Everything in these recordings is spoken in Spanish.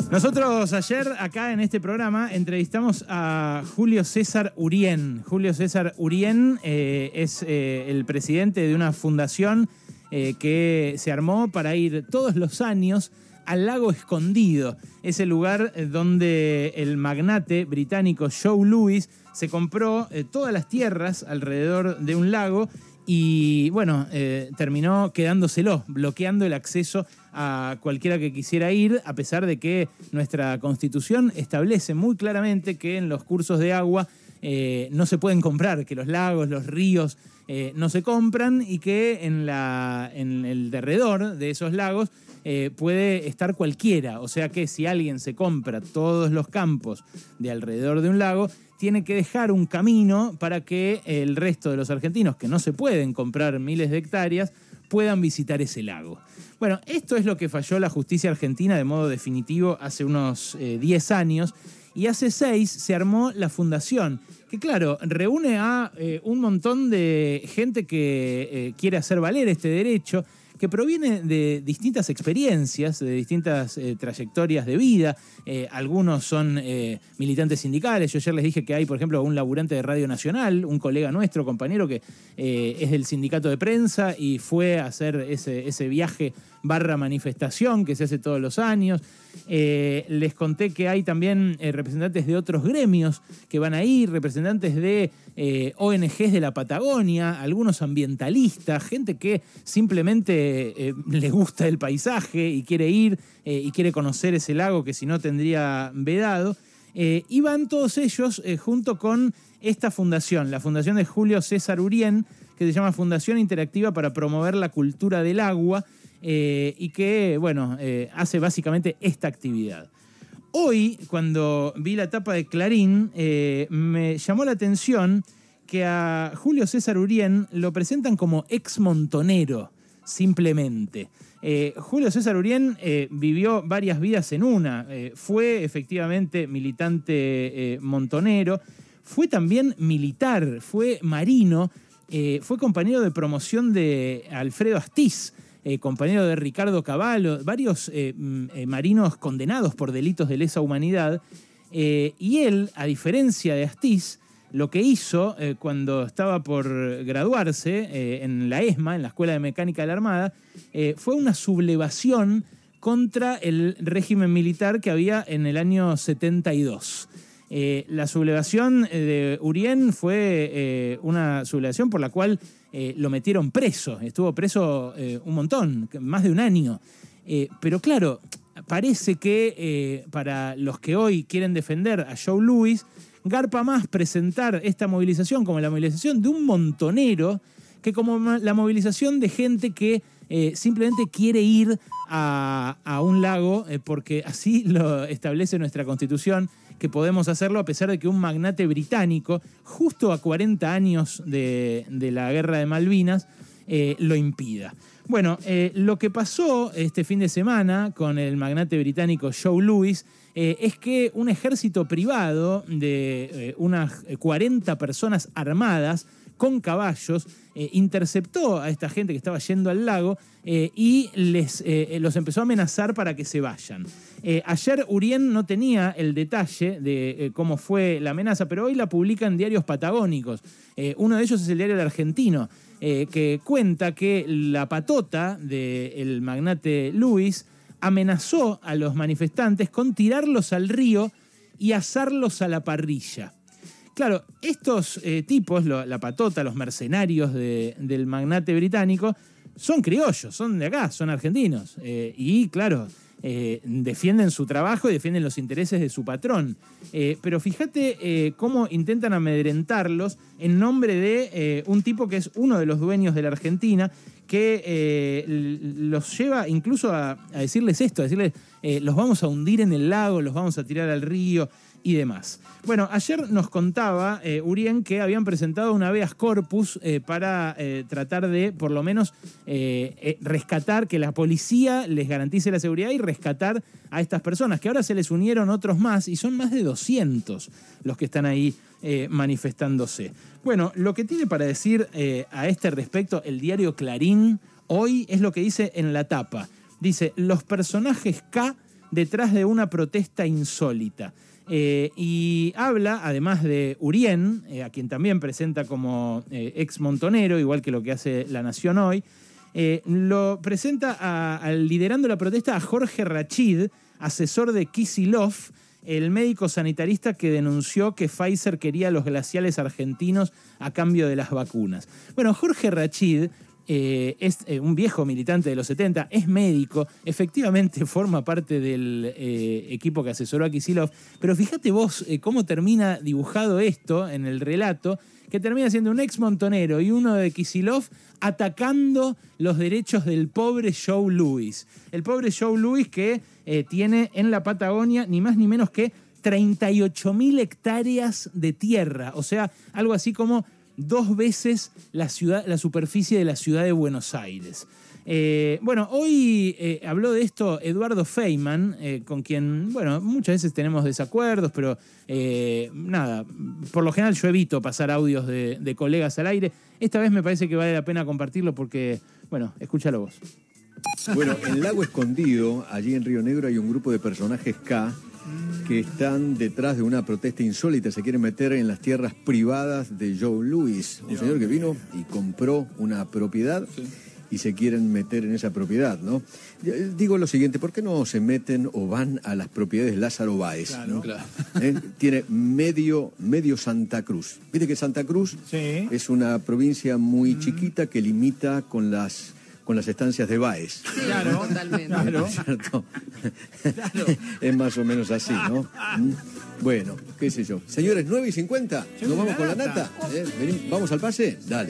Nosotros ayer acá en este programa entrevistamos a Julio César Urien. Julio César Urien es el presidente de una fundación que se armó para ir todos los años al Lago Escondido, ese lugar donde el magnate británico Joe Louis se compró todas las tierras alrededor de un lago y, bueno, terminó quedándoselo, bloqueando el acceso a cualquiera que quisiera ir, a pesar de que nuestra Constitución establece muy claramente que en los cursos de agua no se pueden comprar, que los lagos, los ríos no se compran y que en el derredor de esos lagos puede estar cualquiera. O sea que si alguien se compra todos los campos de alrededor de un lago, tiene que dejar un camino para que el resto de los argentinos que no se pueden comprar miles de hectáreas puedan visitar ese lago. Bueno, esto es lo que falló la justicia argentina de modo definitivo hace unos 10 años y hace 6 se armó la fundación, que claro, reúne a un montón de gente que quiere hacer valer este derecho, que proviene de distintas experiencias, de distintas trayectorias de vida. Algunos son militantes sindicales. Yo ayer les dije que hay, por ejemplo, un laburante de Radio Nacional, un colega nuestro, compañero, que es del sindicato de prensa y fue a hacer ese viaje / manifestación que se hace todos los años. Les conté que hay también representantes de otros gremios que van a ir, representantes de ONGs de la Patagonia, algunos ambientalistas, gente que simplemente le gusta el paisaje y quiere ir y quiere conocer ese lago que si no tendría vedado. Y van todos ellos junto con esta fundación, la fundación de Julio César Urien, que se llama Fundación Interactiva para Promover la Cultura del Agua, y que, bueno, hace básicamente esta actividad. Hoy, cuando vi la tapa de Clarín, me llamó la atención que a Julio César Urien lo presentan como ex montonero, simplemente. Julio César Urien vivió varias vidas en una. Fue efectivamente militante montonero, fue también militar, fue marino, fue compañero de promoción de Alfredo Astiz, compañero de Ricardo Cavallo, varios marinos condenados por delitos de lesa humanidad. Y él, a diferencia de Astiz, lo que hizo cuando estaba por graduarse en la ESMA, en la Escuela de Mecánica de la Armada, fue una sublevación contra el régimen militar que había en el año 72. La sublevación de Urien fue una sublevación por la cual lo metieron preso. Estuvo preso un montón, más de un año. Pero claro, parece que para los que hoy quieren defender a Joe Louis, garpa más presentar esta movilización como la movilización de un montonero que como la movilización de gente que simplemente quiere ir a un lago porque así lo establece nuestra Constitución, que podemos hacerlo a pesar de que un magnate británico, justo a 40 años de la Guerra de Malvinas, lo impida. Bueno, lo que pasó este fin de semana con el magnate británico Joe Louis es que un ejército privado de unas 40 personas armadas con caballos interceptó a esta gente que estaba yendo al lago y los empezó a amenazar para que se vayan. Ayer Urien no tenía el detalle de cómo fue la amenaza, pero hoy la publica en diarios patagónicos. Uno de ellos es el diario El Argentino, que cuenta que la patota del magnate Louis amenazó a los manifestantes con tirarlos al río y asarlos a la parrilla. Claro, estos tipos, la patota, los mercenarios del magnate británico, son criollos, son de acá, son argentinos. Y claro, defienden su trabajo y defienden los intereses de su patrón. Pero fíjate cómo intentan amedrentarlos en nombre de un tipo que es uno de los dueños de la Argentina, que los lleva incluso a decirles esto, a decirles los vamos a hundir en el lago, los vamos a tirar al río y demás. Bueno, ayer nos contaba Urien que habían presentado un habeas corpus para tratar de, por lo menos, rescatar, que la policía les garantice la seguridad y rescatar a estas personas, que ahora se les unieron otros más y son más de 200 los que están ahí manifestándose. Bueno, lo que tiene para decir a este respecto el diario Clarín hoy es lo que dice en la tapa. Dice, los personajes K detrás de una protesta insólita. Y habla, además de Urien, a quien también presenta como ex montonero, igual que lo que hace La Nación hoy, lo presenta liderando la protesta a Jorge Rachid, asesor de Kicillof, el médico sanitarista que denunció que Pfizer quería los glaciales argentinos a cambio de las vacunas. Bueno, Jorge Rachid es un viejo militante de los 70, es médico, efectivamente forma parte del equipo que asesoró a Kicillof, pero fíjate vos cómo termina dibujado esto en el relato, que termina siendo un ex montonero y uno de Kicillof atacando los derechos del pobre Joe Louis. El pobre Joe Louis que tiene en la Patagonia ni más ni menos que 38.000 hectáreas de tierra, o sea, algo así como 2 veces la superficie de la ciudad de Buenos Aires. Bueno, hoy habló de esto Eduardo Feynman, con quien, bueno, muchas veces tenemos desacuerdos, pero nada, por lo general yo evito pasar audios de colegas al aire. Esta vez me parece que vale la pena compartirlo porque, bueno, escúchalo vos. Bueno, en Lago Escondido, allí en Río Negro, hay un grupo de personajes K que están detrás de una protesta insólita. Se quieren meter en las tierras privadas de Joe Louis, un señor que vino y compró una propiedad. Sí. Y se quieren meter en esa propiedad, ¿no? Digo lo siguiente, ¿por qué no se meten o van a las propiedades de Lázaro Báez? Claro, ¿no? Claro. Tiene medio Santa Cruz. Viste que Santa Cruz es una provincia muy chiquita que limita con las estancias de Báez. Sí, claro, totalmente. Claro. ¿Cierto? Claro. Es más o menos así, ¿no? Bueno, qué sé yo. Señores, 9:50, ¿nos vamos con la nata? ¿Vamos al pase? Dale.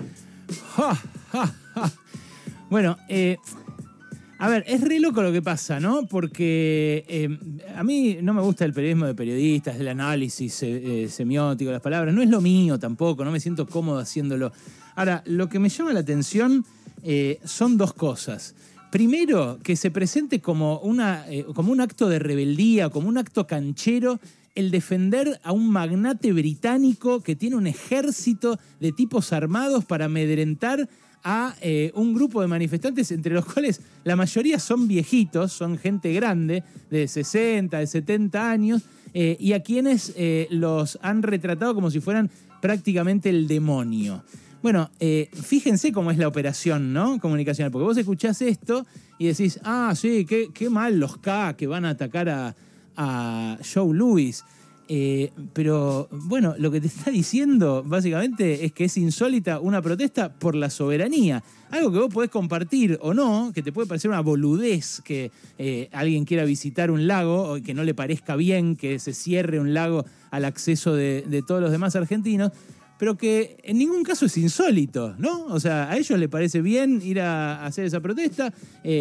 Bueno, a ver, es re loco lo que pasa, ¿no? Porque a mí no me gusta el periodismo de periodistas, el análisis semiótico de las palabras. No es lo mío tampoco, no me siento cómodo haciéndolo. Ahora, lo que me llama la atención son 2 cosas. Primero, que se presente como un acto de rebeldía, como un acto canchero, el defender a un magnate británico que tiene un ejército de tipos armados para amedrentar a un grupo de manifestantes, entre los cuales la mayoría son viejitos, son gente grande, de 60, de 70 años, y a quienes los han retratado como si fueran prácticamente el demonio. Bueno, fíjense cómo es la operación, ¿no? Comunicacional, porque vos escuchás esto y decís, ah, sí, qué mal los K que van a atacar a Joe Louis. Pero, bueno, lo que te está diciendo básicamente es que es insólita una protesta por la soberanía. Algo que vos podés compartir o no, que te puede parecer una boludez que alguien quiera visitar un lago o que no le parezca bien que se cierre un lago al acceso de todos los demás argentinos, pero que en ningún caso es insólito, ¿no? O sea, a ellos les parece bien ir a hacer esa protesta,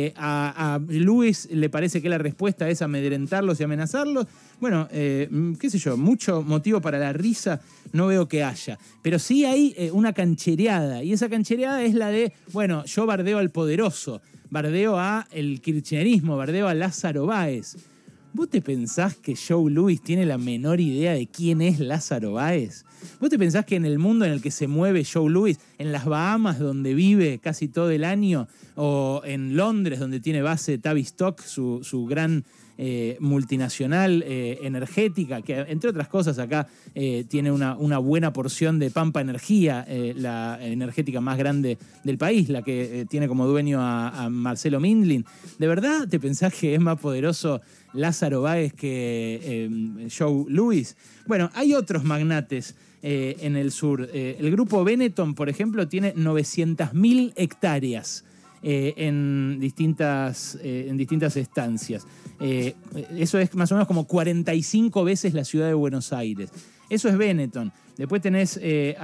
a Luis le parece que la respuesta es amedrentarlos y amenazarlos. Bueno, qué sé yo, mucho motivo para la risa no veo que haya. Pero sí hay una canchereada, y esa canchereada es la de, bueno, yo bardeo al poderoso, bardeo a el kirchnerismo, bardeo a Lázaro Báez. ¿Vos te pensás que Joe Louis tiene la menor idea de quién es Lázaro Báez? ¿Vos te pensás que en el mundo en el que se mueve Joe Louis, en las Bahamas donde vive casi todo el año, o en Londres donde tiene base Tavistock, su gran multinacional energética, que entre otras cosas acá tiene una buena porción de Pampa Energía, la energética más grande del país, la que tiene como dueño a Marcelo Mindlin? ¿De verdad te pensás que es más poderoso Lázaro Báez que Joe Louis? Bueno, hay otros magnates en el sur. El grupo Benetton, por ejemplo, tiene 900.000 hectáreas en distintas estancias. Eso es más o menos como 45 veces la ciudad de Buenos Aires. Eso es Benetton. Después tenés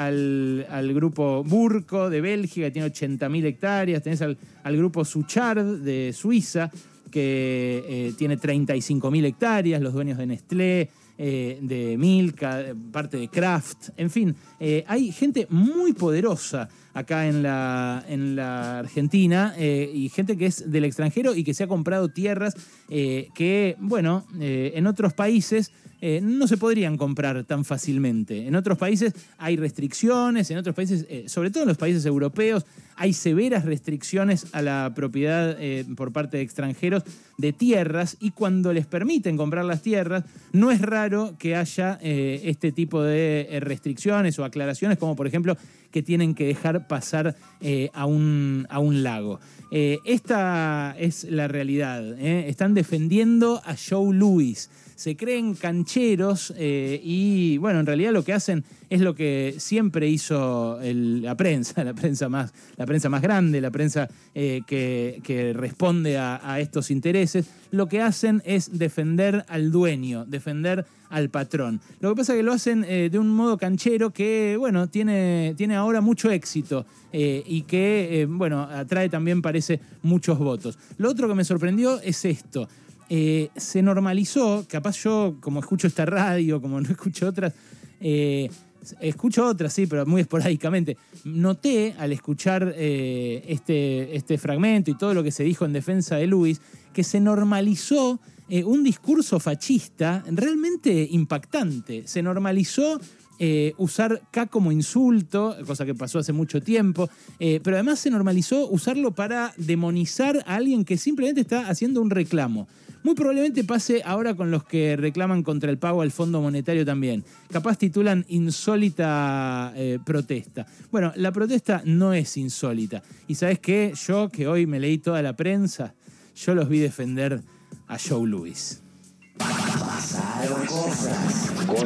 al grupo Burco de Bélgica, que tiene 80.000 hectáreas. Tenés al grupo Suchard de Suiza, que tiene 35.000 hectáreas, los dueños de Nestlé, de Milka, parte de Kraft, en fin, hay gente muy poderosa acá en la Argentina y gente que es del extranjero y que se ha comprado tierras que, bueno, en otros países no se podrían comprar tan fácilmente. En otros países hay restricciones, en otros países, sobre todo en los países europeos, hay severas restricciones a la propiedad por parte de extranjeros de tierras, y cuando les permiten comprar las tierras, no es raro que haya este tipo de restricciones o aclaraciones, como por ejemplo que tienen que dejar pasar a un lago. Esta es la realidad. Están defendiendo a Joe Louis. Se creen cancheros y, bueno, en realidad lo que hacen es lo que siempre hizo la prensa más grande, la prensa que responde a estos intereses. Lo que hacen es defender al dueño, defender al patrón. Lo que pasa es que lo hacen de un modo canchero que, bueno, tiene ahora mucho éxito y que, bueno, atrae también, parece, muchos votos. Lo otro que me sorprendió es esto. Se normalizó, capaz yo, como escucho esta radio, como no escucho otras, escucho otras, sí, pero muy esporádicamente. Noté al escuchar este fragmento y todo lo que se dijo en defensa de Luis, que se normalizó un discurso fascista realmente impactante. Se normalizó usar K como insulto, cosa que pasó hace mucho tiempo, pero además se normalizó usarlo para demonizar a alguien que simplemente está haciendo un reclamo. Muy probablemente pase ahora con los que reclaman contra el pago al Fondo Monetario también. Capaz titulan insólita protesta. Bueno, la protesta no es insólita. ¿Y sabes qué? Yo, que hoy me leí toda la prensa, yo los vi defender a Joe Louis. Pasaron cosas.